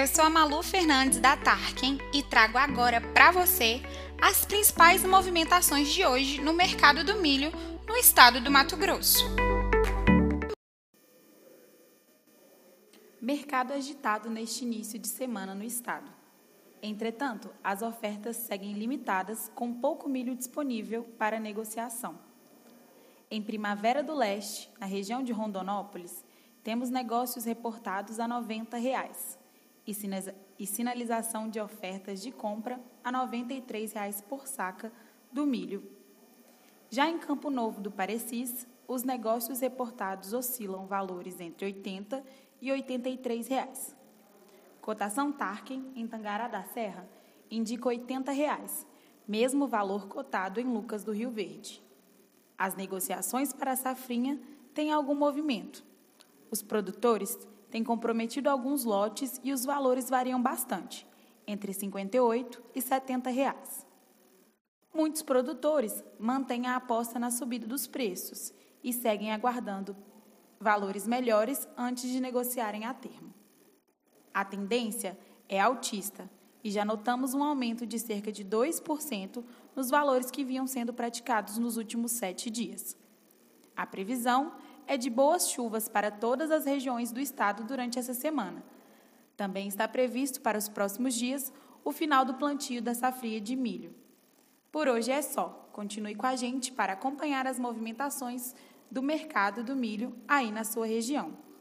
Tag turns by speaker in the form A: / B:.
A: Eu sou a Malu Fernandes da Tarkin e trago agora para você as principais movimentações de hoje no mercado do milho no estado do Mato Grosso.
B: Mercado agitado neste início de semana no estado. Entretanto, as ofertas seguem limitadas, com pouco milho disponível para negociação. Em Primavera do Leste, na região de Rondonópolis, temos negócios reportados a R$ 90 e sinalização de ofertas de compra a R$ 93 por saca do milho. Já em Campo Novo do Parecis, os negócios reportados oscilam valores entre R$ 80 e R$ 83. Cotação Tarkin, em Tangará da Serra, indica R$ 80, mesmo valor cotado em Lucas do Rio Verde. As negociações para a safrinha têm algum movimento. Os produtores têm comprometido alguns lotes e os valores variam bastante, entre R$ 58 e R$ 70. Muitos produtores mantêm a aposta na subida dos preços e seguem aguardando valores melhores antes de negociarem a termo. A tendência é altista e já notamos um aumento de cerca de 2% nos valores que vinham sendo praticados nos últimos 7 dias. A previsão é de boas chuvas para todas as regiões do estado durante essa semana. Também está previsto para os próximos dias o final do plantio da safrinha de milho. Por hoje é só. Continue com a gente para acompanhar as movimentações do mercado do milho aí na sua região.